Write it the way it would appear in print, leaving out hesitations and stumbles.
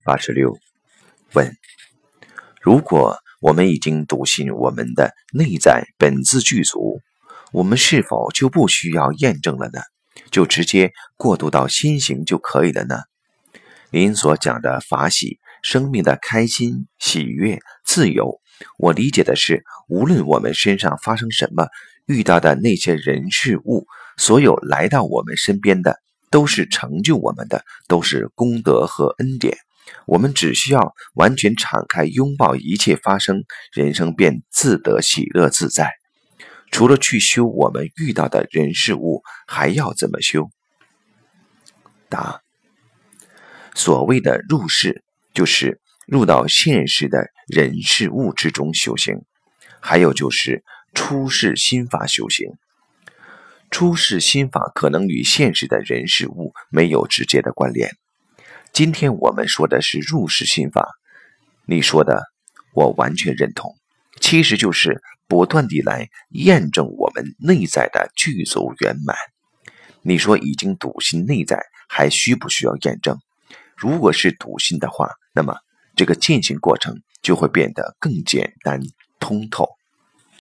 86。问：如果我们已经笃信我们的内在本自具足，我们是否就不需要验证了呢？就直接过渡到心行就可以了呢？您所讲的法喜，生命的开心、喜悦、自由，我理解的是，无论我们身上发生什么，遇到的那些人事物，所有来到我们身边的，都是成就我们的，都是功德和恩典。我们只需要完全敞开拥抱一切发生，人生便自得喜乐自在。除了去修我们遇到的人事物，还要怎么修？答：所谓的入世，就是入到现实的人事物之中修行，还有就是出世心法修行。出世心法可能与现实的人事物没有直接的关联。今天我们说的是入世心法，你说的我完全认同，其实就是不断地来验证我们内在的具足圆满。你说已经笃信内在，还需不需要验证？如果是笃信的话，那么这个践行过程就会变得更简单通透。